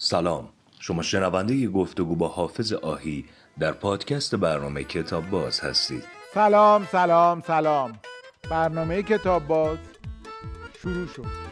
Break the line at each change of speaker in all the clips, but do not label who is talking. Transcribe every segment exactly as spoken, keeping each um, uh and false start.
سلام، شما شنونده گفتگو با حافظ آهی در پادکست برنامه کتاب باز هستید.
سلام سلام سلام. برنامه کتاب باز شروع شد.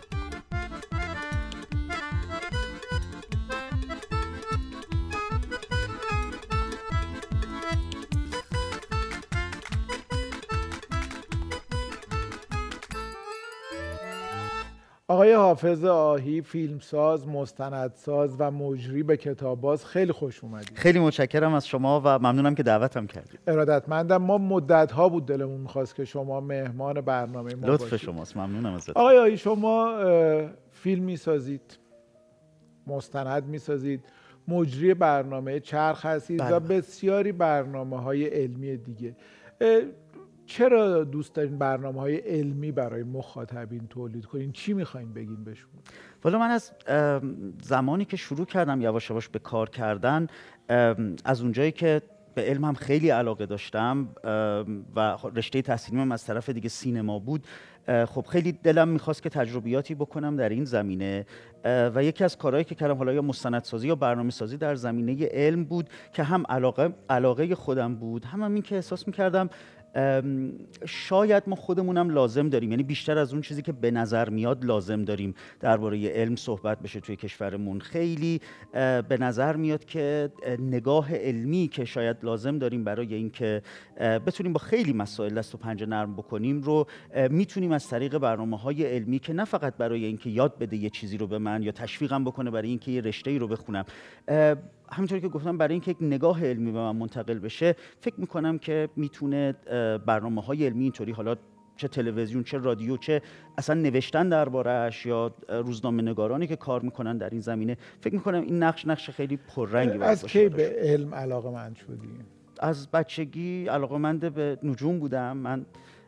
آقای حافظ آهی، فیلمساز، مستندساز و مجری به کتاب باز، خیلی خوش اومدید.
خیلی متشکرم از شما و ممنونم که دعوتم کردید.
ارادتمندم. ما مدت‌ها بود دلمون می‌خواست که شما مهمان برنامه ما
لطف
باشید.
شماست، ممنونم ازت.
آقای آهی، شما فیلم می‌سازید، مستند می‌سازید، مجری برنامه چرخ هستید و بسیاری برنامه‌های علمی دیگه. چرا دوست دارین برنامه‌های علمی برای مخاطبین تولید کنین؟ چی می‌خواین بگین بهشون؟
والا من از زمانی که شروع کردم یواش یواش به کار کردن، از اونجایی که به علم هم خیلی علاقه داشتم و رشته تحصیلیم از طرف دیگه سینما بود، خب خیلی دلم میخواست که تجربیاتی بکنم در این زمینه و یکی از کارهایی که کردم، حالا یا مستندسازی یا برنامه‌سازی در زمینه علم بود که هم علاقه علاقه خودم بود، هم, هم این که احساس میکردم شاید ما خودمونم لازم داریم، یعنی بیشتر از اون چیزی که به نظر میاد لازم داریم درباره علم صحبت بشه توی کشورمون. خیلی به نظر میاد که نگاه علمی که شاید لازم داریم برای اینکه بتونیم با خیلی مسائل دست و پنجه نرم بکنیم رو میتونیم از طریق برنامه‌های علمی که نه فقط برای اینکه یاد بده یه چیزی رو به من یا تشویقم بکنه برای اینکه یه رشته‌ای رو بخونم، همونطوری که گفتم برای اینکه یک نگاه علمی به من منتقل بشه، فکر میکنم که میتونه برنامه‌های علمی اینطوری، حالا چه تلویزیون چه رادیو چه اصلا نوشتن درباره‌اش یا روزنامه نگارانی که کار میکنن در این زمینه، فکر میکنم این نقش نقش خیلی پررنگی باشه.
از کی به علم علاقه‌مند شدی؟
از بچگی علاقه‌مند به نجوم بودم. من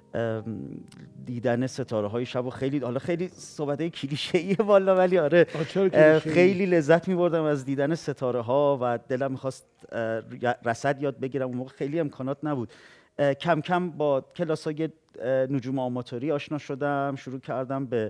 دیدن ستاره های شب و خیلی، حالا خیلی صحبت کلیشه‌ایه والا، ولی آره خیلی لذت می‌بردم از دیدن ستاره ها و دلم می‌خواست رصد یاد بگیرم. اون موقع خیلی امکانات نبود. کم کم با کلاس‌های نجوم آماتوری آشنا شدم، شروع کردم به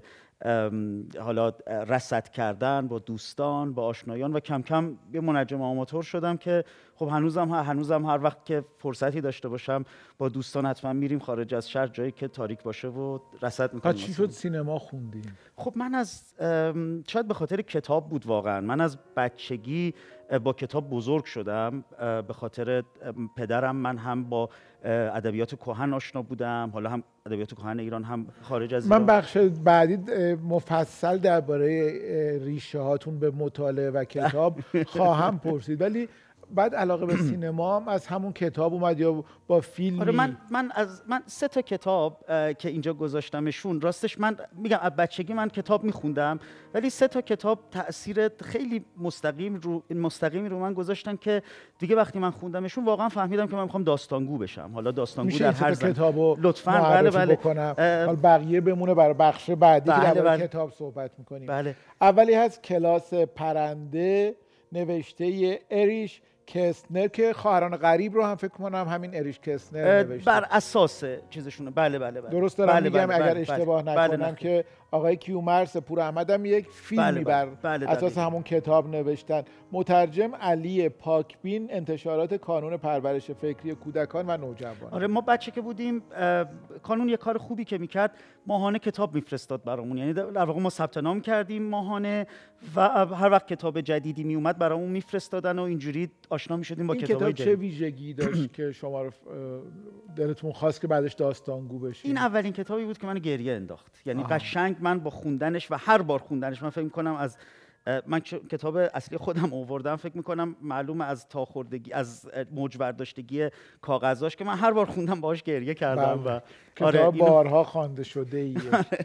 حالا رصد کردن با دوستان، با آشنایان و کم کم یه منجم آماتور شدم که خب هنوزم هنوزم هر وقت که فرصتی داشته باشم با دوستان حتما میریم خارج از شهر، جایی که تاریک باشه و رصد میکنیم.
چی شد سینما خوندی؟
خب من از شاید به خاطر کتاب بود واقعا. من از بچگی با کتاب بزرگ شدم. به خاطر پدرم من هم با ادبیات کهن آشنا بودم، حالا هم ادبیات کهن ایران هم خارج از ایران.
من بخش بعدی مفصل درباره ریشه هاتون به مطالعه و کتاب خواهم پرسید، ولی بعد علاقه به سینما هم از همون کتاب اومد یا با فیلمی؟
آره من من از من سه تا کتاب که اینجا گذاشتمشون، راستش من میگم از بچگی من کتاب میخوندم، ولی سه تا کتاب تأثیر خیلی مستقیم رو مستقیمی رو من گذاشتن که دیگه وقتی من خوندمشون واقعا فهمیدم که من میخوام داستانگو بشم. حالا داستانگو در هر زمینه
کتابو
لطفاً بله بله
بکنم. حالا بقیه بمونه برای بخش بعدی
بله
که
بله.
کتاب صحبت میکنیم.
بله.
اولی هست کلاس پرنده نوشته اریش کستنر که خواهران غریب رو هم فکر کنم همین اریش کستنر نوشته.
بر اساس چیزشونه. بله بله بله.
درست دارم
بله
میگم؟
بله
اگر
بله
اشتباه
بله
نکنم
بله
که آقای کیومرث پور احمد هم یک فیلمی
بله بله
بر
بله
اساس
بله.
همون کتاب نوشتن. مترجم علی پاکبین، انتشارات کانون پرورش فکری کودکان و نوجوانان.
آره ما بچه که بودیم کانون یه کار خوبی که میکرد، ماهانه کتاب میفرستاد برامون، یعنی در واقع ما ثبت نام کردیم ماهانه و هر وقت کتاب جدیدی میومد برامون میفرستادن و اینجوری آشنا میشدیم با کتابای جدید.
این کتاب چه ویژگی داشت که شما رو دلتون خواست که بعدش داستانگو بشین؟
این اولین کتابی بود که منو گریه انداخت. یعنی قشنگ من با خوندنش و هر بار خوندنش من فکر می‌کنم از من کتاب اصلی خودم آوردم، فکر می‌کنم معلومه از تا خوردگی از موج برداشتگی کاغذاش که من هر بار خوندم باهاش گریه کردم و
کتاب آره بارها خوانده شده ایه.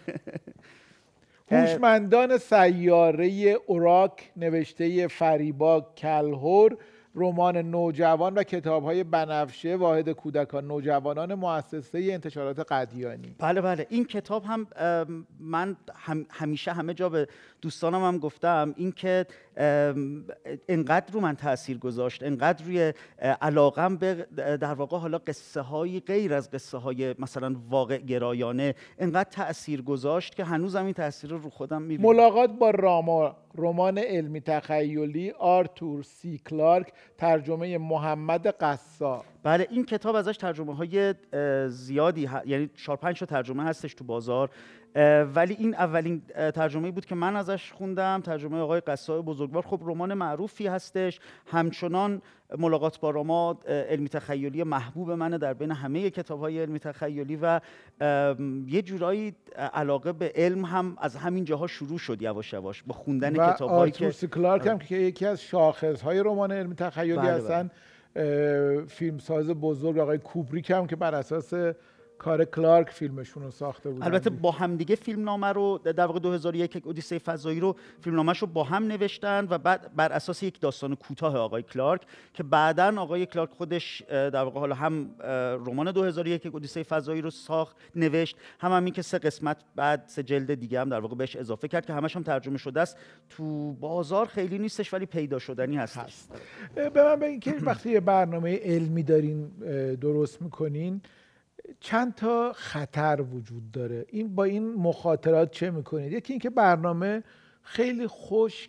هوشمندان سیاره اوراک نوشته فریبا کلهور، رمان نوجوان و کتاب‌های بنفشه واحد کودکان نوجوانان مؤسسه انتشارات قدیانی.
بله بله این کتاب هم من هم همیشه همه جا به دوستانم هم گفتم این که انقدر رو من تاثیر گذاشت، انقدر روی علاقم به در واقع حالا قصه های غیر از قصه های مثلا واقع گرایانه انقدر تاثیر گذاشت که هنوزم این تاثیر رو رو خودم میبینم.
ملاقات با راما، رمان علمی تخیلی آرتور سی کلارک، ترجمه محمد قصا.
بله این کتاب ازش ترجمه های زیادی ه... یعنی چهار پنج تا ترجمه هستش تو بازار، ولی این اولین ترجمه بود که من ازش خوندم، ترجمه آقای قصای بزرگوار. خب رمان معروفی هستش، همچنان ملاقات با راما علمی تخیلی محبوب منه در بین همه کتاب‌های علمی تخیلی و یه جورایی علاقه به علم هم از همین جاها شروع شد یواش یواش با خوندن کتاب‌هایی که
آرتور سی کلارک هم که یکی از شاخص‌های رمان علمی تخیلی بله هستن. بله. فیلمساز بزرگ آقای کوبریک هم که بر اساس کار کلارک فیلمشون رو ساخته بودن.
البته با هم دیگه فیلمنامه رو در واقع دو هزار و یک اودیسه فضایی رو فیلمنامه‌ش رو با هم نوشتن و بعد بر اساس یک داستان کوتاه آقای کلارک که بعداً آقای کلارک خودش در واقع حالا هم رمان دو هزار و یک اودیسه فضایی رو ساخت نوشت، هم همین که سه قسمت بعد سه جلد دیگه هم در واقع بهش اضافه کرد که همش هم ترجمه شده است. تو بازار خیلی نیستش ولی پیدا شدنی هستش. هست.
به من بگین که وقتی یه برنامه علمی دارین درست می‌کنین چند تا خطر وجود داره، این با این مخاطرات چه میکنید؟ یکی اینکه برنامه خیلی خشک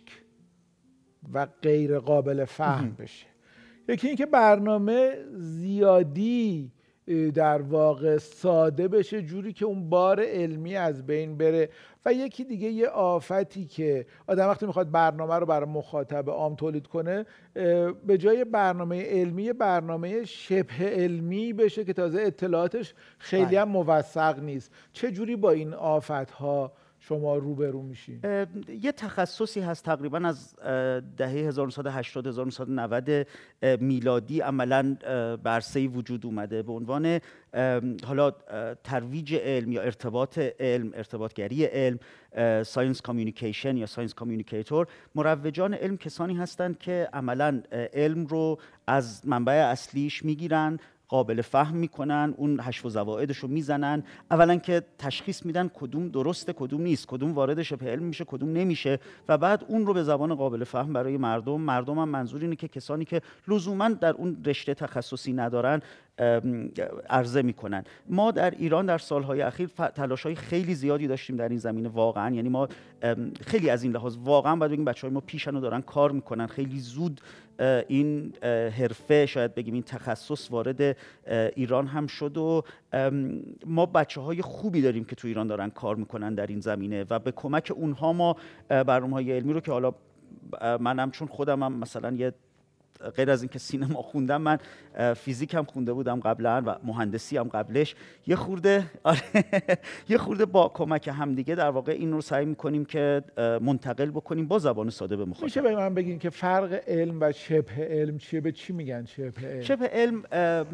و غیر قابل فهم بشه، یکی اینکه برنامه زیادی در واقع ساده بشه جوری که اون بار علمی از بین بره، و یکی دیگه یه آفتی که آدم وقتی میخواد برنامه رو برای مخاطب عام تولید کنه به جای برنامه علمی برنامه شبه علمی بشه که تازه اطلاعاتش خیلی هم موثق نیست. چه جوری با این آفت‌ها شما روبرو میشین؟
یه تخصصی هست تقریبا از دهه هزار و نهصد و هشتاد هزار و نهصد و نود میلادی عملاً برسه‌ای وجود اومده به عنوان حالا ترویج علم یا ارتباط علم، ارتباطگری علم، ساینس کامیونیکیشن یا ساینس کامیونیکیتور. مروجان علم کسانی هستند که عملاً علم رو از منبع اصلیش میگیرن، قابل فهم میکنن، اون حشو و زوائدش رو میزنن، اولا که تشخیص میدن کدوم درسته کدوم نیست، کدوم وارد شبه علم میشه کدوم نمیشه، و بعد اون رو به زبان قابل فهم برای مردم مردم هم منظور اینه که کسانی که لزوما در اون رشته تخصصی ندارن عرضه میکنن. ما در ایران در سالهای اخیر تلاش‌های خیلی زیادی داشتیم در این زمینه واقعا، یعنی ما خیلی از این لحاظ واقعا باید بگیم بچهای ما پیشن و دارن کار میکنن. خیلی زود این حرفه شاید بگیم این تخصص وارد ایران هم شد و ما بچه‌های خوبی داریم که تو ایران دارن کار میکنن در این زمینه و به کمک اونها ما برنامه‌های علمی رو که حالا منم چون خودم هم مثلا یه غیر از اینکه سینما خوندم من فیزیک هم خونده بودم قبلا و مهندسی هم قبلش، یه خورده آره یه خورده با کمک همدیگه در واقع این رو سعی میکنیم که منتقل بکنیم با زبان ساده به مخاطب.
میشه به من بگین که فرق علم و شبه علم چیه؟ به چی میگن شبه علم؟
شبه علم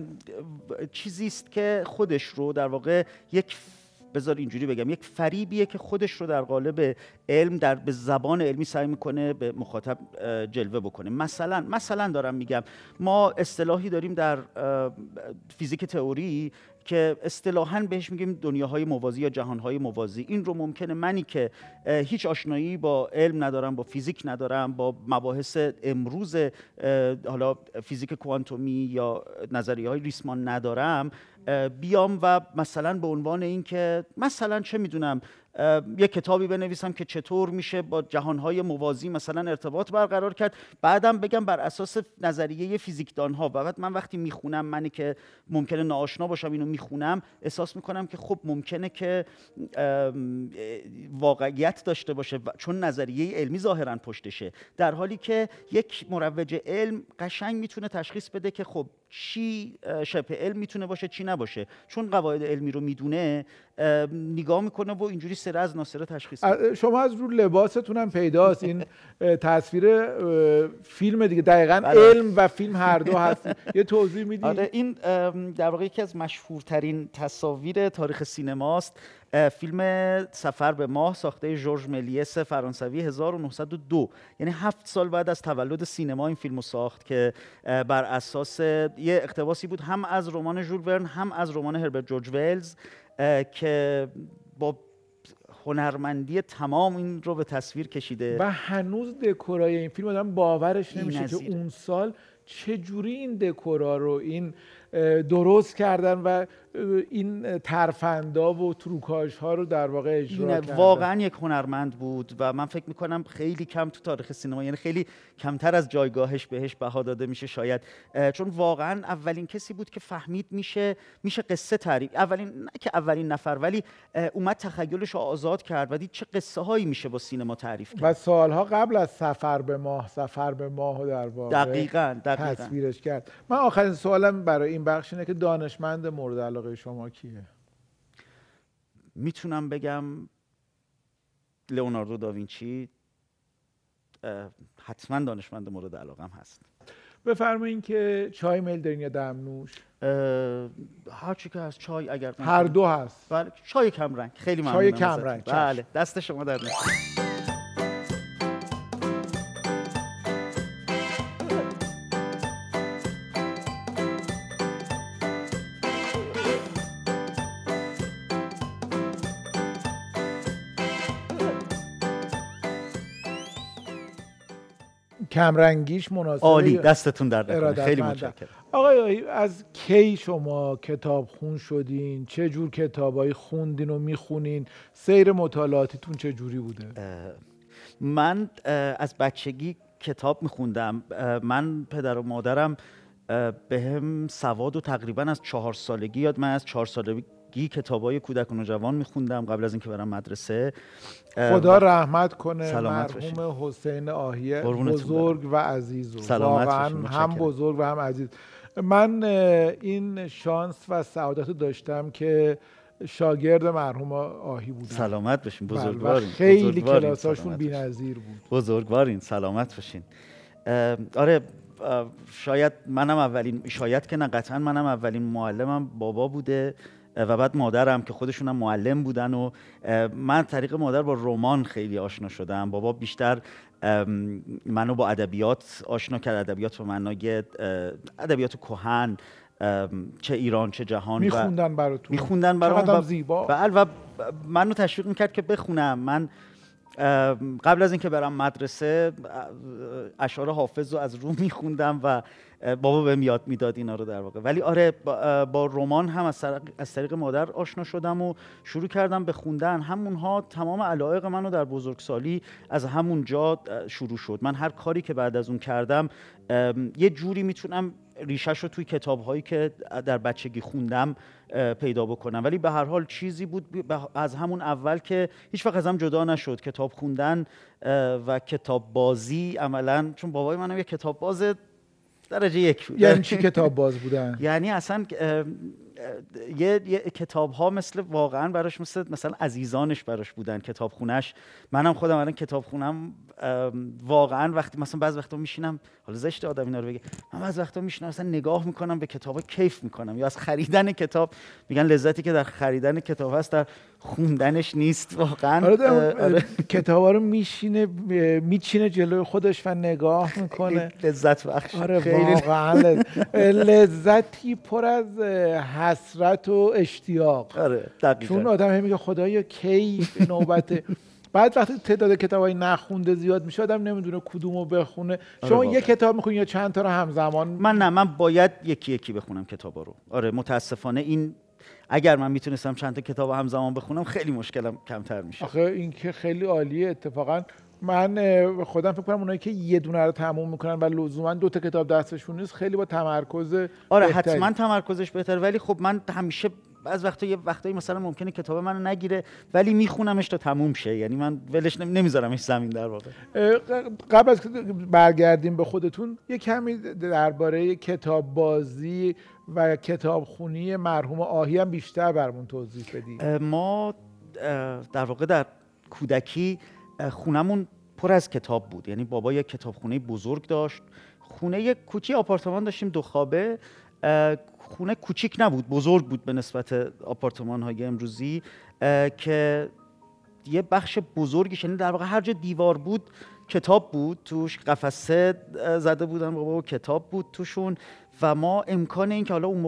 چیزی است که خودش رو در واقع یک بذار اینجوری بگم یک فریبیه که خودش رو در قالب علم در به زبان علمی سعی میکنه به مخاطب جلوه بکنه. مثلا مثلا دارم میگم ما اصطلاحی داریم در فیزیک تئوری که اصطلاحاً بهش میگیم دنیاهای موازی یا جهانهای موازی. این رو ممکنه منی که هیچ آشنایی با علم ندارم، با فیزیک ندارم، با مباحث امروز حالا فیزیک کوانتومی یا نظریه‌های ریسمان ندارم، بیام و مثلا به عنوان این که مثلا چه میدونم یک کتابی بنویسم که چطور میشه با جهانهای موازی مثلا ارتباط برقرار کرد، بعدم بگم بر اساس نظریه فیزیکدانها، و بعد من وقتی میخونم، منی که ممکنه ناآشنا باشم اینو میخونم، احساس میکنم که خب ممکنه که واقعیت داشته باشه چون نظریه علمی ظاهرا پشتشه، در حالی که یک مروج علم قشنگ میتونه تشخیص بده که خب چی شبه علم میتونه باشه چی نباشه، چون قواعد علمی رو میدونه نگاه میکنه و اینجوری سره از ناسره تشخیص میده.
شما از رو لباستون هم پیداست این تصویر فیلم دیگه، دقیقاً علم و فیلم هر دو هست. یه توضیح میدید؟
آره این در واقع یکی از مشهورترین تصاویر تاریخ سینماست. فیلم سفر به ماه ساخته ژورژ ملیس فرانسوی هزار و نهصد و دو، یعنی هفت سال بعد از تولد سینما این فیلمو ساخت که بر اساس یه اقتباسی بود هم از رمان ژول ورن هم از رمان هربرت جورج ولز که با هنرمندی تمام این رو به تصویر کشیده
و هنوز دکورای این فیلم آدم باورش نمیشه که
نظیر.
اون سال چجوری این دکورا رو این درست کردن و این ترفندا و تروکاژ ها رو در واقع اجرا کردن.
واقعا یک هنرمند بود و من فکر میکنم خیلی کم تو تاریخ سینما، یعنی خیلی کمتر از جایگاهش بهش بها داده میشه شاید، چون واقعا اولین کسی بود که فهمید میشه میشه قصه تعریف، اولین نه که اولین نفر، ولی اومد تخیلش رو آزاد کرد و دید چه قصه هایی میشه با سینما تعریف کرد
و سالها قبل از سفر به ماه سفر به ماه در واقع
دقیقاً دقیقاً
تصویرش کرد. من آخرین سوالم برای این بخش اینه که دانشمند مورد علاقه شما کیه؟
میتونم بگم لئوناردو داوینچی حتما دانشمند مورد علاقم هست.
بفرمایید که چای میل دارین یا دمنوش؟
هر چی که هست، چای اگر
هر دو هست.
بله، چای کم رنگ. خیلی ممنونم.
چای کم رنگ.
بله، دست شما در نکنه.
کمرنگیش مناسبه.
عالی، دستتون در نکنه. خیلی متشکرم.
آقای از کی شما کتابخون شدین؟ چه جور کتابایی خوندین و میخونین؟ سیر مطالعاتیتون چه جوری بوده؟
من از بچگی کتاب میخوندم. من پدر و مادرم به هم سواد و تقریبا از چهار سالگی یاد من از چهار سالگی کتابای کودکان و جوان میخوندم قبل از اینکه برم مدرسه.
خدا رحمت کنه
مرحوم
حسین آهی، بزرگ و عزیز، واقعا هم بزرگ و هم عزیز. من این شانس و سعادت رو داشتم که شاگرد مرحوم آهی بودم.
سلامت بشین، بزرگوارین.
خیلی کلاساشون بی‌نظیر بود.
بزرگوارین، سلامت بشین. آره، شاید منم اولین، شاید که نه قطعا منم اولین معلمم بابا بوده و بعد مادرم که خودشونم معلم بودن و من طریق مادر با رمان خیلی آشنا شدم. بابا بیشتر منو با ادبیات آشنا کرد، ادبیات به معنای ادبیات کهن، چه ایران چه جهان.
میخوندن براتون؟
میخوندن برام.
چقدر زیبا.
و منو تشویق میکرد که بخونم. من قبل از اینکه برم مدرسه اشعار حافظ رو از رو میخوندم و بابا بهم یاد میداد اینا رو در واقع. ولی آره، با رمان هم از طریق مادر آشنا شدم و شروع کردم به خوندن. همونها تمام علایق منو در بزرگسالی از همون جا شروع شد. من هر کاری که بعد از اون کردم یه جوری میتونم ریشه‌شو توی کتاب‌هایی که در بچگی خوندم پیدا بکنم، ولی به هر حال چیزی بود از همون اول که هیچ وقت ازم جدا نشد. کتاب خوندن و کتاب بازی عملاً، چون بابای منم یه کتاب باز درجه یک بود.
یعنی چی کتاب باز بودن؟
یعنی اصلا یه, یه کتاب ها مثل واقعا براش مثل مثلا عزیزانش براش بودن کتاب خونش. منم خودم الان کتاب خونم واقعا وقتی مثلا بعض وقتا میشینم، حالا زشت آدم اینا رو بگه، من بعض وقتا میشینم مثلا نگاه میکنم به کتابا کیف میکنم، یا از خریدن کتاب میگن لذتی که در خریدن کتاب هست در خوندنش نیست واقعا.
آره, آره. کتابا رو میشینه میچینه جلوی خودش و نگاه میکنه،
لذت بخش.
آره واقعا لذتی پر از حسرت و اشتیاق.
آره دقیقاً.
چون آدم هم میگه خدایا کی نوبته. بعد وقتی تعداد کتابای نخونده زیاد میشه آدم نمیدونه کدومو بخونه. شما آره یک کتاب میخونی یا چند تا رو همزمان؟
من نه، من باید یکی یکی بخونم کتابا رو. آره متاسفانه این اگر من میتونستم چند تا کتاب همزمان بخونم خیلی مشکلم کمتر میشه.
آخه این که خیلی عالیه. اتفاقا من خودم فکر کنم اونایی که یه دونه رو تموم میکنن و لزوما دو تا کتاب دستشون نیست خیلی با تمرکز
آره بهتری. حتما تمرکزش بهتره، ولی خب من همیشه بعض وقتا یه وقتایی مثلا ممکنه کتاب منو نگیره ولی میخونمش تا تموم شه، یعنی من ولش نمیذارمش زمین در واقع.
قبل از برگردیم به خودتون یه کمی درباره کتاب بازی و کتابخونی مرحوم آهی هم بیشتر برامون توضیح بدید.
ما در واقع در کودکی خونمون پر از کتاب بود، یعنی بابا یک کتابخونه بزرگ داشت. خونه یک کوچی آپارتمان داشتیم دو خوابه، خونه کوچیک نبود، بزرگ بود به نسبت آپارتمان های امروزی که یه بخش بزرگیش، یعنی در واقع هر جا دیوار بود کتاب بود توش، قفسه زده بودن بابا و کتاب بود توشون و ما امکان این که حالا اون موقع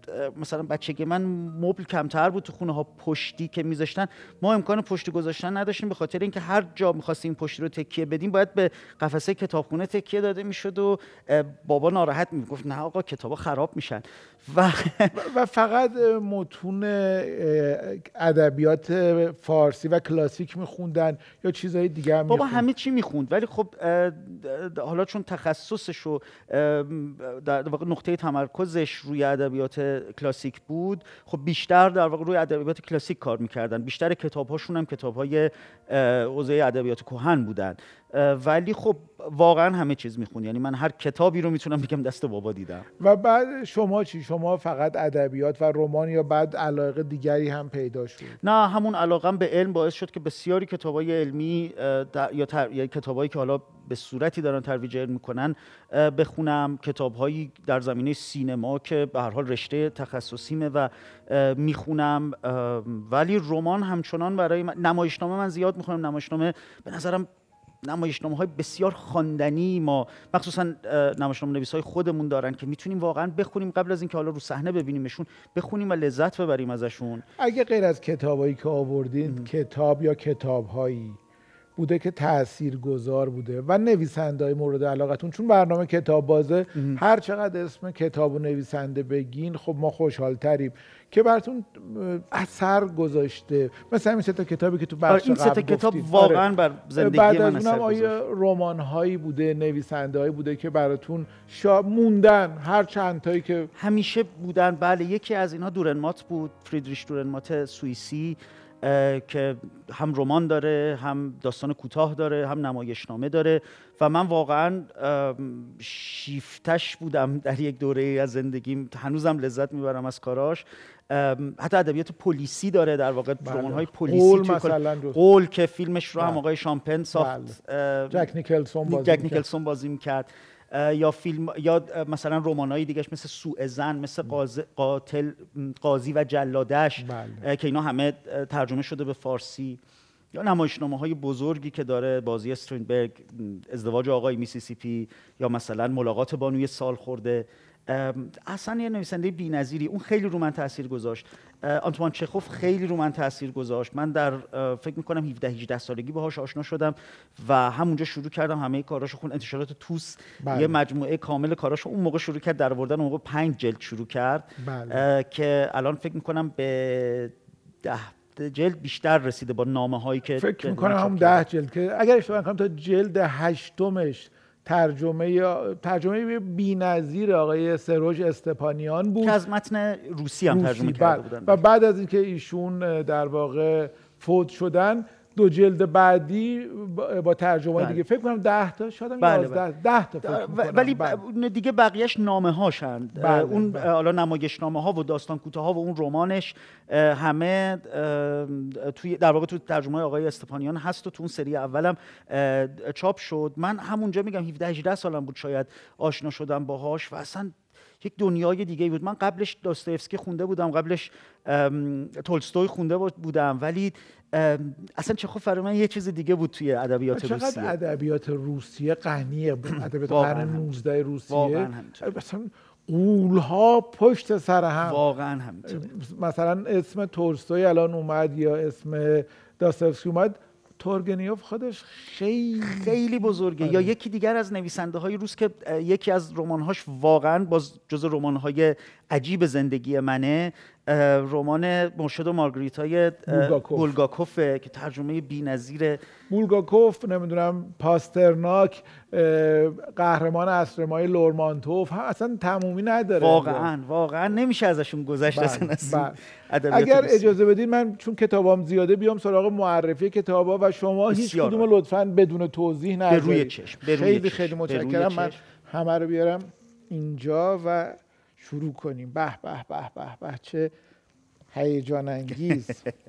مثلا بچگی من مبل کمتر بود تو خونه ها، پشتی که میذاشتن ما امکان پشتی گذاشتن نداشتیم، به خاطر اینکه هر جا می‌خواستیم پشتی رو تکیه بدیم باید به قفسه کتابخونه تکیه داده میشد و بابا ناراحت میگفت نه آقا کتابا خراب میشن. و
و فقط متون ادبیات فارسی و کلاسیک میخوندن یا چیزهای دیگه هم
بابا همه چی میخوند، ولی خب حالا چون تخصصش و در واقع نقطه تمرکزش روی ادبیات کلاسیک بود، خب بیشتر در واقع روی ادبیات کلاسیک کار میکردن، بیشتر کتاب‌هاشون هم کتاب‌های حوزه ادبیات کهن بودن، ولی خب واقعا همه چیز میخوند. یعنی من هر کتابی رو میتونم بگم دست بابا دیدم.
و بعد شما چی؟ شما فقط ادبیات و رمان یا بعد علاقه دیگری هم پیدا شد؟
نه، همون علاقم به علم باعث شد که بسیاری کتابای علمی یا, تر... یا کتابایی که حالا به صورتی دارن ترویج علم میکنن بخونم، کتابهایی در زمینه سینما که به هر حال رشته تخصصیمه و میخونم، ولی رمان همچنان برای من. نمایشنامه من زیاد میخونم. نمایشنامه به نظرم نمایشنامه های بسیار خواندنی ما مخصوصا نمایشنامه نویسای خودمون دارن که میتونیم واقعا بخونیم قبل از اینکه حالا رو صحنه ببینیمشون، بخونیم و لذت ببریم ازشون.
اگه غیر از کتابایی که آوردین کتاب یا کتابهایی بوده که تاثیرگذار بوده و نویسنده‌های مورد علاقتون، چون برنامه کتاب بازه هر چقدر اسم کتاب و نویسنده بگین خب ما خوشحال‌تریم که براتون اثر گذاشته، مثلا این سه تا کتابی که تو بخش قبل
این سه تا کتاب واقعا بر زندگی
بعد
من
از
اثر
اونم آیا رمان‌هایی بوده، نویسنده‌هایی بوده که براتون شا... موندن، هر چند تایی که
همیشه بودن؟ بله، یکی از اینها دورنمات بود، فریدریش دورنمات سوئیسی که هم رمان داره، هم داستان کوتاه داره، هم نمایشنامه داره و من واقعا شیفتش بودم در یک دوره از زندگیم، هنوزم لذت میبرم از کاراش. حتی ادبیات پلیسی داره، در واقع رمان‌های پلیسی،
قول مثلا
قول که فیلمش رو هم آقای شامپن ساخت،
جک نیکلسون بازی
جک نیکلسون بازی میکرد. یا فیلم یا مثلا رمان‌های دیگه‌اش مثل سوء ظن، مثل قاتل قاضی و جلادش، بله. که اینا همه ترجمه شده به فارسی. یا نمایشنامه‌های بزرگی که داره، بازی استرینبرگ، ازدواج آقای میسیسیپی، یا مثلا ملاقات بانوی سالخورده. اصلا یه نویسنده بی‌نظیری، اون خیلی رو من تاثیر گذاشت. آنتوان چخوف خیلی رو من تاثیر گذاشت. من در فکر می‌کنم هفده هجده سالگی باهاش آشنا شدم و همونجا شروع کردم همه کاراشو خوندم. انتشارات توس بله. یه مجموعه کامل کاراشو اون موقع شروع کرد در آوردن، اون موقع پنج جلد شروع کرد، بله. که الان فکر می‌کنم به ده جلد بیشتر رسیده با نامه‌هایی که
فکر می‌کنم هم ده جلد، که اگر اشتباه نکنم تا جلد هشتمش ترجمه یا ترجمه بی‌نظیر آقای سروژ استپانیان بود
که از متن روسی هم روسی ترجمه کرده بودن.
و بعد از اینکه ایشون در واقع فوت شدن، دو جلد بعدی با ترجمه بله. دیگه فکر کنم ده تا شاید هم
بله
یازده ده تا فکر می‌کنم،
ولی
بله.
دیگه بقیه‌اش نامه‌هاشند،
بله.
اون
بله.
حالا نمایشنامه‌ها و داستان کوتاه‌ها و اون رمانش همه توی در واقع تو ترجمه آقای استپانیان هست و تو اون سری اولم چاپ شد. من همونجا میگم هفده هجده سالم بود شاید آشنا شدم باهاش و اصلا یک دنیای دیگه بود. من قبلش داستایفسکی خونده بودم، قبلش تولستوی خونده بودم، ولی اصلا چخوف برای من یه چیز دیگه بود توی ادبیات روسیه.
چقدر ادبیات روسیه غنیه، ادبیات قرن نوزده روسیه مثلا قول‌ها پشت سر هم،
واقعا همینطوره.
مثلا اسم تولستوی الان اومد یا اسم داستایفسکی اومد، تورگنیوف خودش خیلی
خیلی بزرگه. یا یکی دیگر از نویسنده های روس که یکی از رمان‌هاش واقعا باز جز رمان‌های عجیب زندگی منه، رمان مرشد و مارگریتای بولگاکوفه که ترجمه بی‌نظیر.
بولگاکوف، نمیدونم پاسترناک، قهرمان عصرمای لورمانتوف، اصلا تمومی نداره.
واقعا واقعا نمیشه ازشون گذشت. اصلا
اگر اجازه بدید من چون کتابام زیاده بیام سراغ معرفی کتابا و شما هیچ کدوم لطفاً بدون توضیح نذارید.
به روی چشم. به روی
خیلی
چشم.
خیلی متشکرم. من همه رو بیارم اینجا و شروع کنیم. به به به به به چه هیجان انگیز.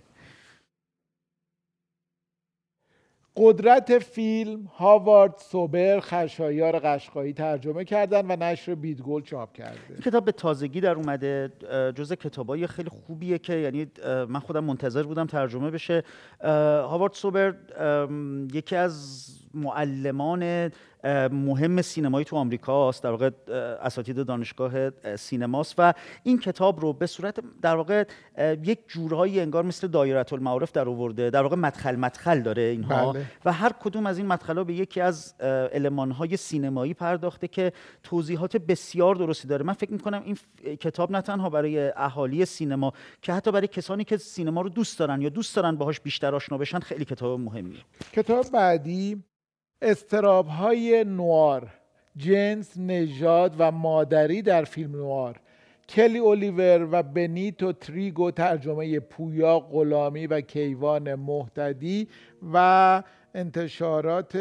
قدرت فیلم هاوارد سوبر خشایار قشقایی ترجمه کردن و نشر بیدگل چاپ کرده.
کتاب به تازگی در اومده، جزء کتابای خیلی خوبیه که یعنی من خودم منتظر بودم ترجمه بشه. هاوارد سوبر یکی از معلمان مهم سینمایی تو آمریکاست، در واقع اساتید دانشگاه سینماست و این کتاب رو به صورت در واقع یک جورایی انگار مثل دایره المعارف در آورده، در واقع مدخل مدخل داره اینها. بله. و هر کدوم از این مدخل‌ها به یکی از المان‌های سینمایی پرداخته که توضیحات بسیار درستی داره. من فکر می‌کنم این کتاب نه تنها برای اهالی سینما که حتی برای کسانی که سینما رو دوست دارن یا دوست دارن باهاش بیشتر آشنا بشن خیلی کتاب مهمیه.
کتاب بعدی اضطراب‌های نوار، جنس، نژاد و مادری در فیلم نوار، کلی اولیور و بنیتو تریگو، ترجمه پویا غلامی و کیوان مهتدی و انتشارات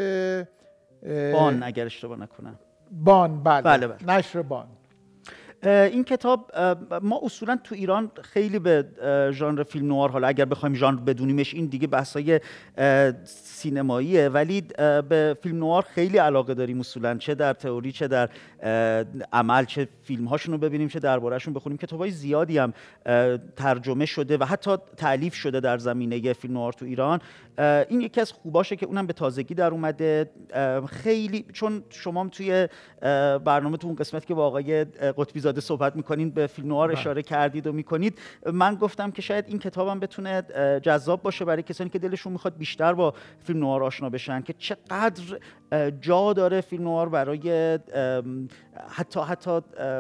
بان اگر اشتباه نکنم.
بان بله.
بله, بله.
نشر بان.
این کتاب ما اصولا تو ایران خیلی به ژانر فیلم نوار، حالا اگر بخوایم ژانر بدونیمش این دیگه بحثای سینماییه، ولی به فیلم نوار خیلی علاقه داریم اصولا، چه در تئوری چه در عمل، چه فیلم هاشون رو ببینیم چه دربارهشون بخونیم. کتابای زیادی هم ترجمه شده و حتی تألیف شده در زمینه فیلم نوار تو ایران. این یکی از خوباشه که اونم به تازگی در اومده. خیلی چون شما توی برنامه تو اون قسمت که با آقای قطبی زاده صحبت میکنین به فیلم نوار اشاره کردید و میکنید، من گفتم که شاید این کتابم بتونه جذاب باشه برای کسانی که دلشون میخواد بیشتر با فیلم نوار آشنا بشن، که چقدر جا داره فیلم نوار برای حتی حتی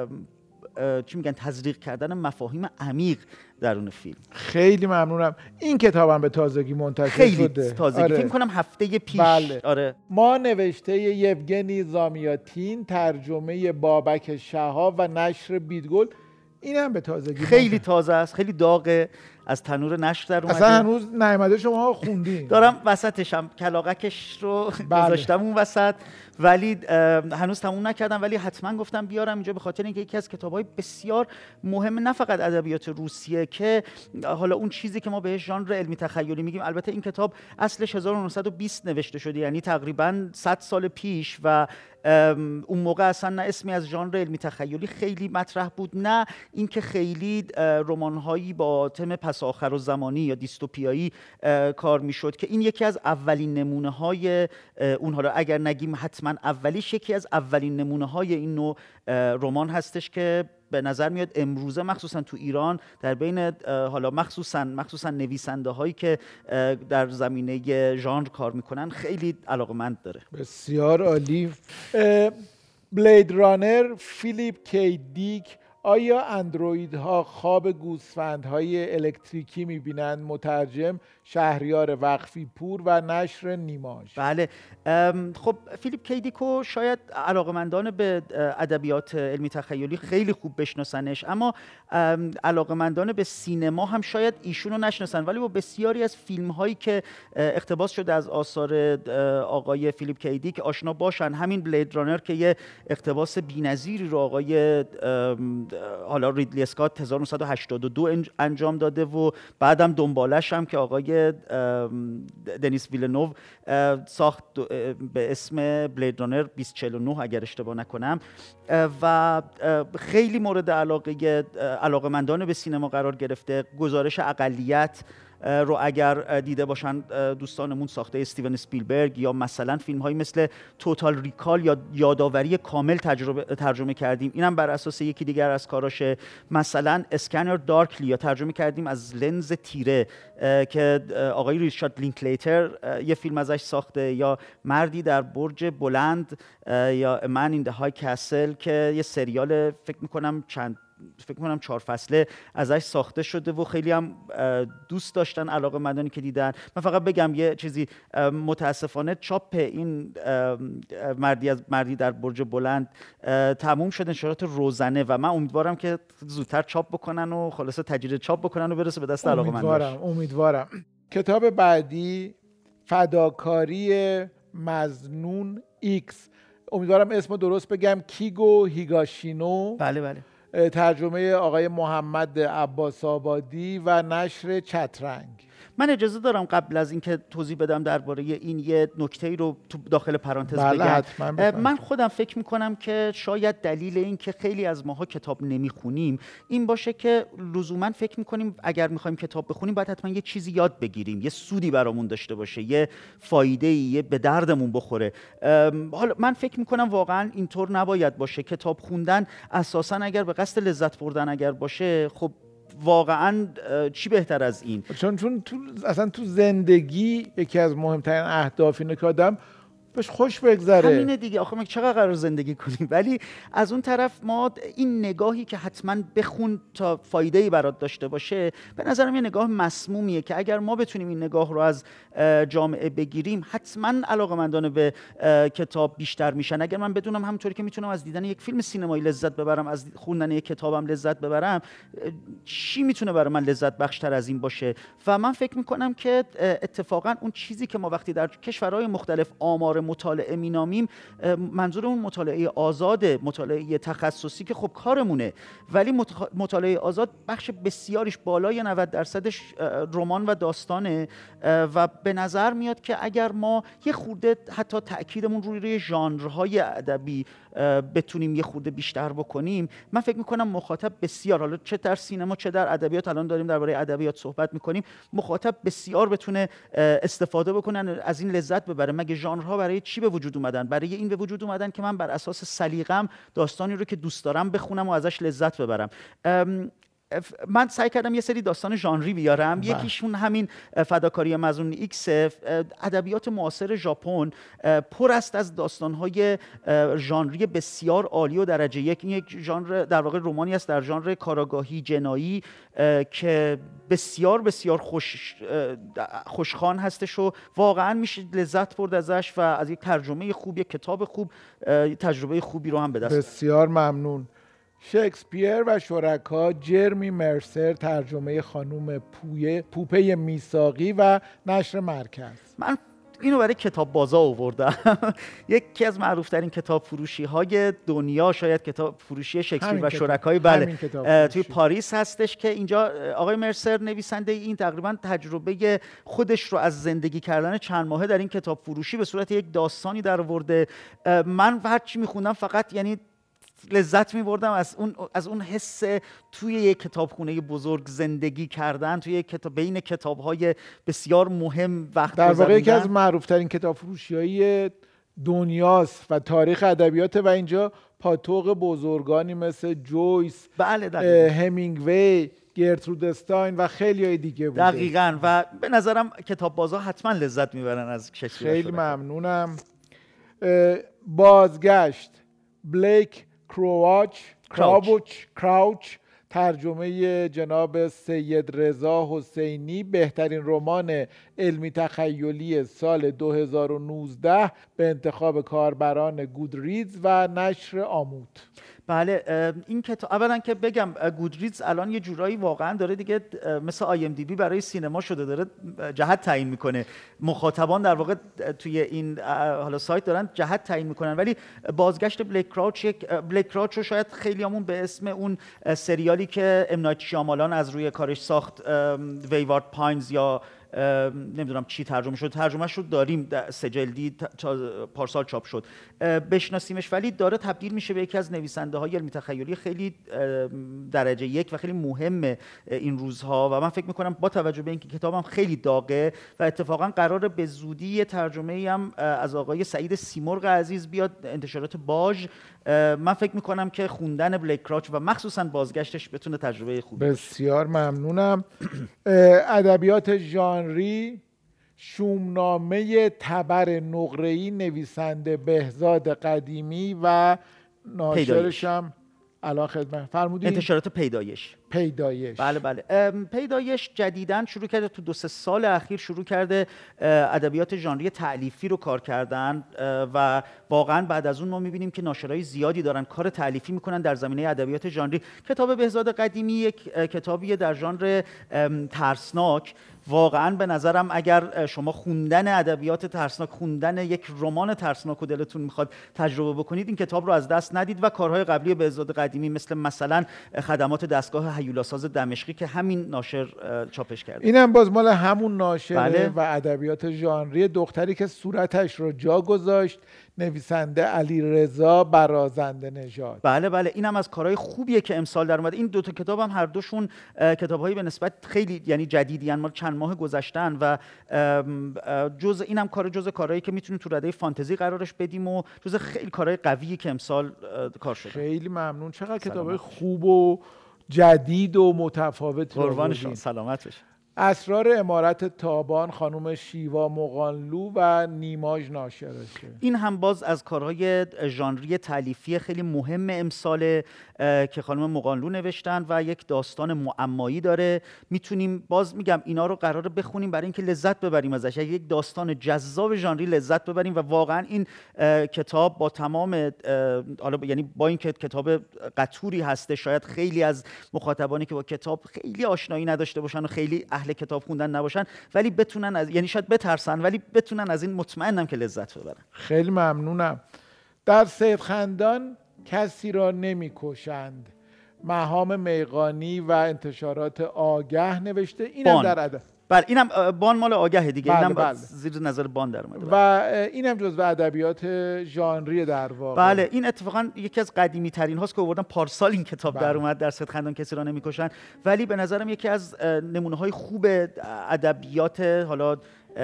چی میگن تزریق کردن مفاهیم عمیق درون فیلم.
خیلی ممنونم. این کتابم به تازگی منتشر
خیلی
شده.
خیلی تازگی. آره. فکر کنم هفته پیش.
بله.
آره.
ما نوشته یوگنی زامیاتین، ترجمه بابک شهاب و نشر بیدگل. این هم به تازگی
خیلی منتشر. تازه است، خیلی داغه، از تنور نشر در اومده.
اصلا هنوز نیامده، شما خوندین؟
دارم وسطشم، کلاغکش رو بله. گذاشتم اون وسط، ولی هنوز تموم نکردم، ولی حتما گفتم بیارم اینجا به خاطر اینکه یکی از کتاب‌های بسیار مهم نه فقط ادبیات روسیه، که حالا اون چیزی که ما بهش ژانر علمی تخیلی میگیم. البته این کتاب اصلش هزار و نهصد و بیست نوشته شده، یعنی تقریباً صد سال پیش، و اون موقع اصلا نه اسمی از ژانر علمی تخیلی خیلی مطرح بود، نه اینکه خیلی رمان‌هایی با تم پس آخر و زمانی یا دیستوپیایی کار میشد، که این یکی از اولین نمونه‌های اون، حالا اگر نگیم حتما اولیش، یکی از اولین نمونه‌های این نوع رمان هستش که به نظر میاد امروزه مخصوصا تو ایران در بین حالا مخصوصا مخصوصا نویسنده هایی که در زمینه ژانر کار میکنن خیلی علاقمند داره.
بسیار عالی. بلید رانر، فیلیپ کی دیک. آیا اندرویدها خواب گوسفندهای الکتریکی میبینند؟ مترجم شهریار وقفی پور و نشر نیماژ.
بله. خب فیلیپ کی دیکو شاید علاقمندان به ادبیات علمی تخیلی خیلی خوب بشناسنش، اما علاقمندان به سینما هم شاید ایشون رو نشناسن، ولی با بسیاری از فیلم هایی که اقتباس شده از آثار آقای فیلیپ کی دیک آشنا باشن. همین بلید رانر که یه اقتباس بی‌نظیری رو آقای حالا ریدلی اسکات هزار و نهصد و هشتاد و دو انجام داده و بعدم دنبالش هم که آقای دنیس ویلنوو ساخت به اسم بلید رانر بیست چهل و نه اگر اشتباه نکنم، و خیلی مورد علاقه علاقه‌مندان به سینما قرار گرفته. گزارش اقلیت رو اگر دیده باشن دوستانمون، ساخته استیون اسپیلبرگ، یا مثلا فیلم هایی مثل توتال ریکال یا یادآوری کامل تجربه ترجمه کردیم، اینم بر اساس یکی دیگر از کاراشه. مثلا اسکنر دارکلی یا ترجمه کردیم از لنز تیره که آقای ریچارد لینکلیتر یه فیلم ازش ساخته، یا مردی در برج بلند یا من این د های کاسل که یه سریال فکر میکنم چند فکر کنم چهار فصله ازش ساخته شده و خیلی هم دوست داشتن علاقه مندانی که دیدن. من فقط بگم یه چیزی، متاسفانه چاپ این مردی از مردی در برج بلند تموم شد، نشرات روزنه، و من امیدوارم که زودتر چاپ بکنن و خلاصه تجدید چاپ بکنن و برسه به دست علاقه مندان.
امیدوارم امیدوارم. کتاب بعدی فداکاری مظنون ایکس، امیدوارم اسمو درست بگم، کیگو هیگاشینو.
بله بله.
ترجمه آقای محمد عباس آبادی و نشر چترنگ.
من اجازه دارم قبل از اینکه توضیح بدم درباره این یه نکته‌ای رو تو داخل پرانتز
بله
بگم. من خودم فکر میکنم که شاید دلیل این که خیلی از ماها کتاب نمیخونیم این باشه که لزوما فکر میکنیم اگر میخوایم کتاب بخونیم باید حتما یه چیزی یاد بگیریم، یه سودی برامون داشته باشه، یه فایده‌ای، یه به دردمون بخوره. حالا من فکر میکنم واقعا اینطور نباید باشه. کتاب خوندن اساسا اگر به قصد لذت بردن اگر باشه، خب واقعا چی بهتر از این؟
چون چون تو اصلا تو زندگی یکی از مهمترین اهداف اینه که آدم بهش خوش بگذره.
همینه دیگه. آخه ما چقدر قرار زندگی کنیم؟ ولی از اون طرف ما این نگاهی که حتما بخون تا فایده‌ای برات داشته باشه، به نظرم یه نگاه مسمومیه که اگر ما بتونیم این نگاه رو از جامعه بگیریم، حتما علاقه‌مندان به کتاب بیشتر میشن. اگر من بدونم همونطوری که میتونم از دیدن یک فیلم سینمایی لذت ببرم، از خوندن یک کتابم لذت ببرم، چی میتونه برای من لذت بخشتر از این باشه؟ و من فکر میکنم که اتفاقا اون چیزی که ما وقتی در کشورهای مختلف آمار مطالعه مینامیم، منظور اون مطالعه آزاده، مطالعه تخصصی که خب کارمونه، ولی مطالعه آزاد بخش بسیاریش بالای نود درصدش رمان و داستانه و به نظر میاد که اگر ما یه خورده حتی تأکیدمون روی روی ژانرهای ادبی بتونیم یه خورده بیشتر بکنیم، من فکر میکنم مخاطب بسیار، حالا چه در سینما چه در ادبیات، الان داریم درباره ادبیات صحبت میکنیم، مخاطب بسیار بتونه استفاده بکنن از این لذت ببره. مگه ژانرها برای چی به وجود اومدن؟ برای این به وجود اومدن که من بر اساس سلیقه‌ام داستانی رو که دوست دارم بخونم و ازش لذت ببرم. من سعی کردم یه سری داستان ژانری بیارم. بله. یکیشون همین فداکاری مظنون ایکس. ادبیات معاصر ژاپن پر است از داستان‌های ژانری بسیار عالی و درجه یک. این یک ژانر در واقع رمانی است در ژانر کاراگاهی جنایی که بسیار بسیار خوش خوشخوان هستش و واقعا میشه لذت برد ازش و از یک ترجمه خوب، یک کتاب خوب، تجربه خوبی رو هم به دست.
بسیار ممنون. شکسپیر و شرکا، جرمی مرسر، ترجمه خانم پویه پوپه میساقی و نشر مرکز.
من اینو برای کتاب بازا آوردم. یکی از معروف ترین کتاب فروشی های دنیا، شاید کتاب فروشی شکسپیر و شرکای، بله، توی پاریس هستش که اینجا آقای مرسر نویسنده این تقریبا تجربه خودش رو از زندگی کردن چند ماهه در این کتاب فروشی به صورت یک داستانی در آورده. من هر چی میخوندم فقط یعنی لذت می‌بردم از اون از اون حس توی یک کتابخونه بزرگ زندگی کردن، توی یک کتاب بین کتاب‌های بسیار مهم وقت
در واقع یکی از معروف‌ترین کتابفروشی‌های دنیاست و تاریخ ادبیات و اینجا پاتوق بزرگانی مثل جویس،
بله،
همینگوی، گرترود استاین و خیلی های دیگه بوده.
دقیقاً. و به نظرم کتاب بازا حتما لذت میبرن از شکسپیر.
خیلی ممنونم. بازگشت، بلیک کروچ کراوچ کراوچ ترجمه جناب سید رضا حسینی، بهترین رمان علمی تخیلی سال دو هزار و نوزده به انتخاب کاربران گودریدز و نشر آموت.
بله، این کتاب اولا که بگم گودریدز الان یه جورایی واقعا داره دیگه مثل آی ام دی بی برای سینما شده، داره جهت تعیین میکنه. مخاطبان در واقع توی این حالا سایت دارن جهت تعیین میکنن. ولی بازگشت بلیک کراوچ، یک بلیک کراوچ رو شاید خیلیامون به اسم اون سریالی که ام نایت شیامالان از روی کارش ساخت، ویوارد پاینز یا نمیدونم چی ترجمه شد، ترجمهش رو داریم سه جلدی پارسال چاپ شد، بشناسیمش. ولی داره تبدیل میشه به یکی از نویسنده های علمی تخیلی خیلی درجه یک و خیلی مهم این روزها و من فکر میکنم با توجه به اینکه کتابم خیلی داغه و اتفاقا قراره به زودی یه ترجمه هم از آقای سعید سیمرغ عزیز بیاد، انتشارات باژ، من فکر میکنم که خوندن بلیک کراوچ و مخصوصا بازگشتش بتونه تجربه خوبی.
بسیار ممنونم. ادبیات ژانری، شومنامه تبر نقره‌ای، نویسنده بهزاد قدیمی و ناشرشم الان خدمت فرمودید
انتشارات پیدایش.
پیدایش
بله بله. پیدایش جدیداً شروع کرده، تو دو سه سال اخیر شروع کرده ادبیات ژانری تألیفی رو کار کردن و واقعاً بعد از اون ما می‌بینیم که ناشرای زیادی دارن کار تألیفی میکنن در زمینه ادبیات ژانری. کتاب بهزاد قدیمی یک کتابیه در ژانر ترسناک. واقعاً به نظرم اگر شما خوندن ادبیات ترسناک، خوندن یک رمان ترسناک و دلتون میخواد تجربه بکنید، این کتاب رو از دست ندید و کارهای قبلی بهزاد قدیمی مثل مثلا خدمات دستگاه هیولاساز دمشقی که همین ناشر چاپش کرده.
اینم باز مال همون ناشره
بله.
و ادبیات ژانری. دختری که صورتش رو جا گذاشت، نویسنده علیرضا برازنده نژاد.
بله بله اینم از کارهای خوبیه که امسال در اومده. این دو تا کتابم هر دوشون کتاب‌هایی به نسبت خیلی یعنی جدیدی ان، مال چند ماه گذشتن و جز اینم کار جز کارهایی که میتونیم تو رده فانتزی قرارش بدیم و جز خیلی کارهای قویی که امسال کار شده.
خیلی ممنون. چقدر کتابای خوب و جدید و متفاوت.
قربان شما، سلامت باشید.
اسرار عمارت تابان خانم شیوا مغانلو و نیماژ ناشرشه.
این هم باز از کارهای ژانری تالیفی خیلی مهم امساله که خانم مغانلو نوشتن و یک داستان معمایی داره. میتونیم باز میگم اینا رو قراره بخونیم برای اینکه لذت ببریم ازش، یک داستان جذاب ژانری لذت ببریم و واقعا این کتاب با تمام حالا یعنی با اینکه کتاب قطوری هسته، شاید خیلی از مخاطبانی که با کتاب خیلی آشنایی نداشته باشن و خیلی اهل کتاب خوندن نباشن، ولی بتونن از یعنی شاید بترسن ولی بتونن از این مطمئنم که لذت ببرن.
خیلی ممنونم. در سید خندان کسی را نمی‌کشند، مهام میقانی و انتشارات آگه نوشته. اینم در ادب.
بله اینم بان مال آگه دیگه.
بله
اینم
بله.
زیر نظر بان در اومده.
و اینم جزو ادبیات ژانری در واقع.
بله این اتفاقا یکی از قدیمی ترین هاست که آوردن پارسال این کتاب بله. در اومد، در سید خندان کسی را نمی‌کشند، ولی به نظرم یکی از نمونه های خوب ادبیات حالا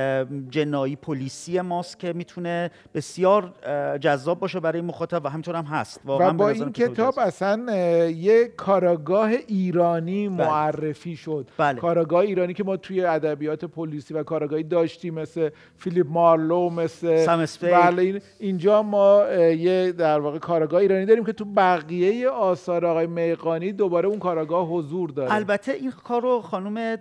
جنایی پلیسی ماست که میتونه بسیار جذاب باشه برای مخاطب و همینطور هم هست.
و با این کتاب اصلا یه کاراگاه ایرانی بله. معرفی شد.
بله.
کاراگاه ایرانی که ما توی ادبیات پلیسی و کاراگاهی داشتیم، مثل فیلیپ مارلو، مثل
سم اسپید.
بله این اینجا ما یه در واقع کاراگاه ایرانی داریم که تو بقیه آثار آقای میقانی دوباره اون کاراگاه حضور داره.
البته این کارو خانم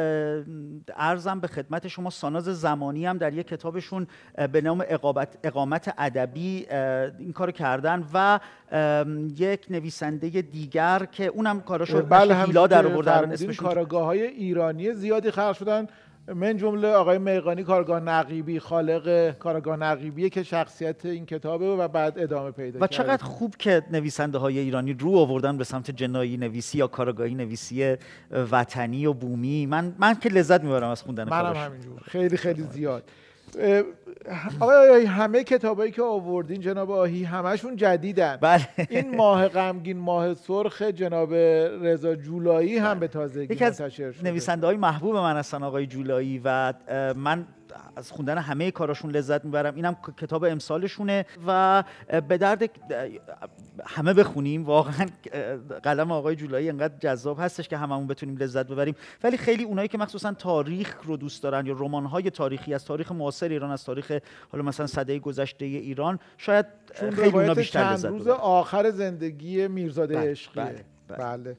ارزم به خدمت شما ساناز زمانی هم در یک کتابشون به نام اقامت اقامت ادبی این کارو کردن و یک نویسنده دیگر که اونم کاراشو
بله
هیلا در آوردن.
اسمشون کاراگاه‌های ایرانی زیادی خلق شدن، من جمله آقای میقانی کارگاه نقیبی، خالق کارگاه نقیبیه که شخصیت این کتابه و بعد ادامه پیدا کرد.
و چقدر خوب که نویسنده های ایرانی رو آوردن به سمت جنایی نویسی یا کارگاهی نویسی وطنی و بومی. من من که لذت میبرم از خوندن کارش.
منم همینجور خیلی خیلی زیاد. آقای همه کتابایی که آوردین جناب آهی همشون جدیدن.
بله.
این ماه غمگین ماه سرخ جناب رضا جولایی هم به تازگی منتشر شده.
نویسنده‌های محبوب من هستن آقای جولایی و من از خوندن همه کاراشون لذت میبرم. اینم کتاب امسالشونه و به درد همه بخونیم. واقعا قلم آقای جولایی انقدر جذاب هستش که هممون بتونیم لذت ببریم، ولی خیلی اونایی که مخصوصا تاریخ رو دوست دارن یا رمان‌های تاریخی از تاریخ معاصر ایران، از تاریخ حالا مثلا سده گذشته ایران، شاید خیلی اونا بیشتر لذت ببرن.
روز آخر زندگی میرزاده
بله.
عشقیه.
بله. بله.
بله.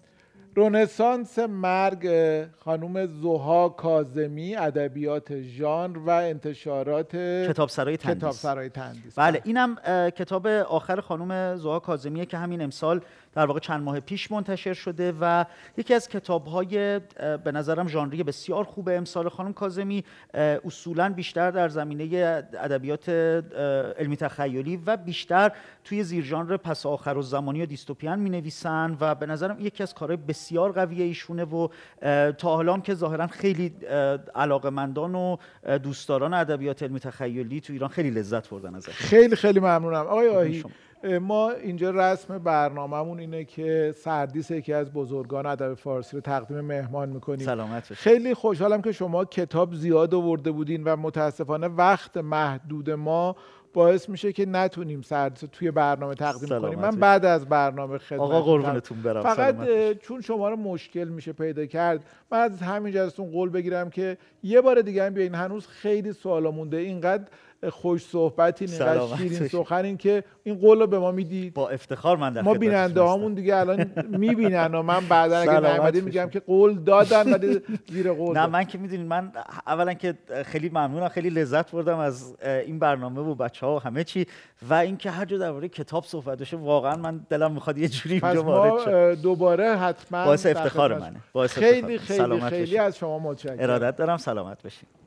رنسانس مرگ خانم زها کاظمی، ادبیات ژانر و انتشارات
کتابسرای تندیس.
کتابسرای تندیس.
بله اینم کتاب آخر خانم زها کاظمیه که همین امسال در واقع چند ماه پیش منتشر شده و یکی از کتاب‌های به نظرم ژانری بسیار خوب امسال. خانم کاظمی اصولاً بیشتر در زمینه ادبیات علمی تخیلی و بیشتر توی زیر ژانر پس آخر و زمانی و دیستوپیان می‌نویسن و به نظرم یکی از کارهای بسیار قوی ایشونه و تا حالا هم که ظاهراً خیلی علاقه‌مندان و دوستداران ادبیات علمی تخیلی تو ایران خیلی لذت بردن ازش.
خیلی خیلی ممنونم آقای آهی. ما اینجا رسم برنامه‌مون اینه که سردیس یکی از بزرگان ادب فارسی رو تقدیم مهمان می‌کنیم.
سلامت باشید.
خیلی خوشحالم که شما کتاب زیاد آورده بودین و متاسفانه وقت محدود ما باعث میشه که نتونیم سردیس رو توی برنامه تقدیم کنیم. من بعد از برنامه خدمت
آقا قربونتون برم.
فقط چون شما رو مشکل میشه پیدا کرد، من از همین جلسه‌تون قول بگیرم که یه بار دیگه هم بیاین. هنوز خیلی سوالا مونده، اینقدر خوش صحبتی، اینقدر شیرین سخنین که این قول رو به ما میدید.
با افتخار من در
ما بیننده هامون دیگه الان میبینن و من بعدا اگه نمیدی میگم که قول دادن ولی زیر قول.
نه من که میدونین من اولا که خیلی ممنونم، خیلی لذت بردم از این برنامه و بچه‌ها و همه چی و اینکه هر جا درباره کتاب صحبت بشه واقعا من دلم میخواد یه جوری اینجا وارد شه.
دوباره حتما
باعث افتخار منه. باعث
خیلی خیلی خیلی از شما متشکرم.
ارادت دارم. سلامت باشید.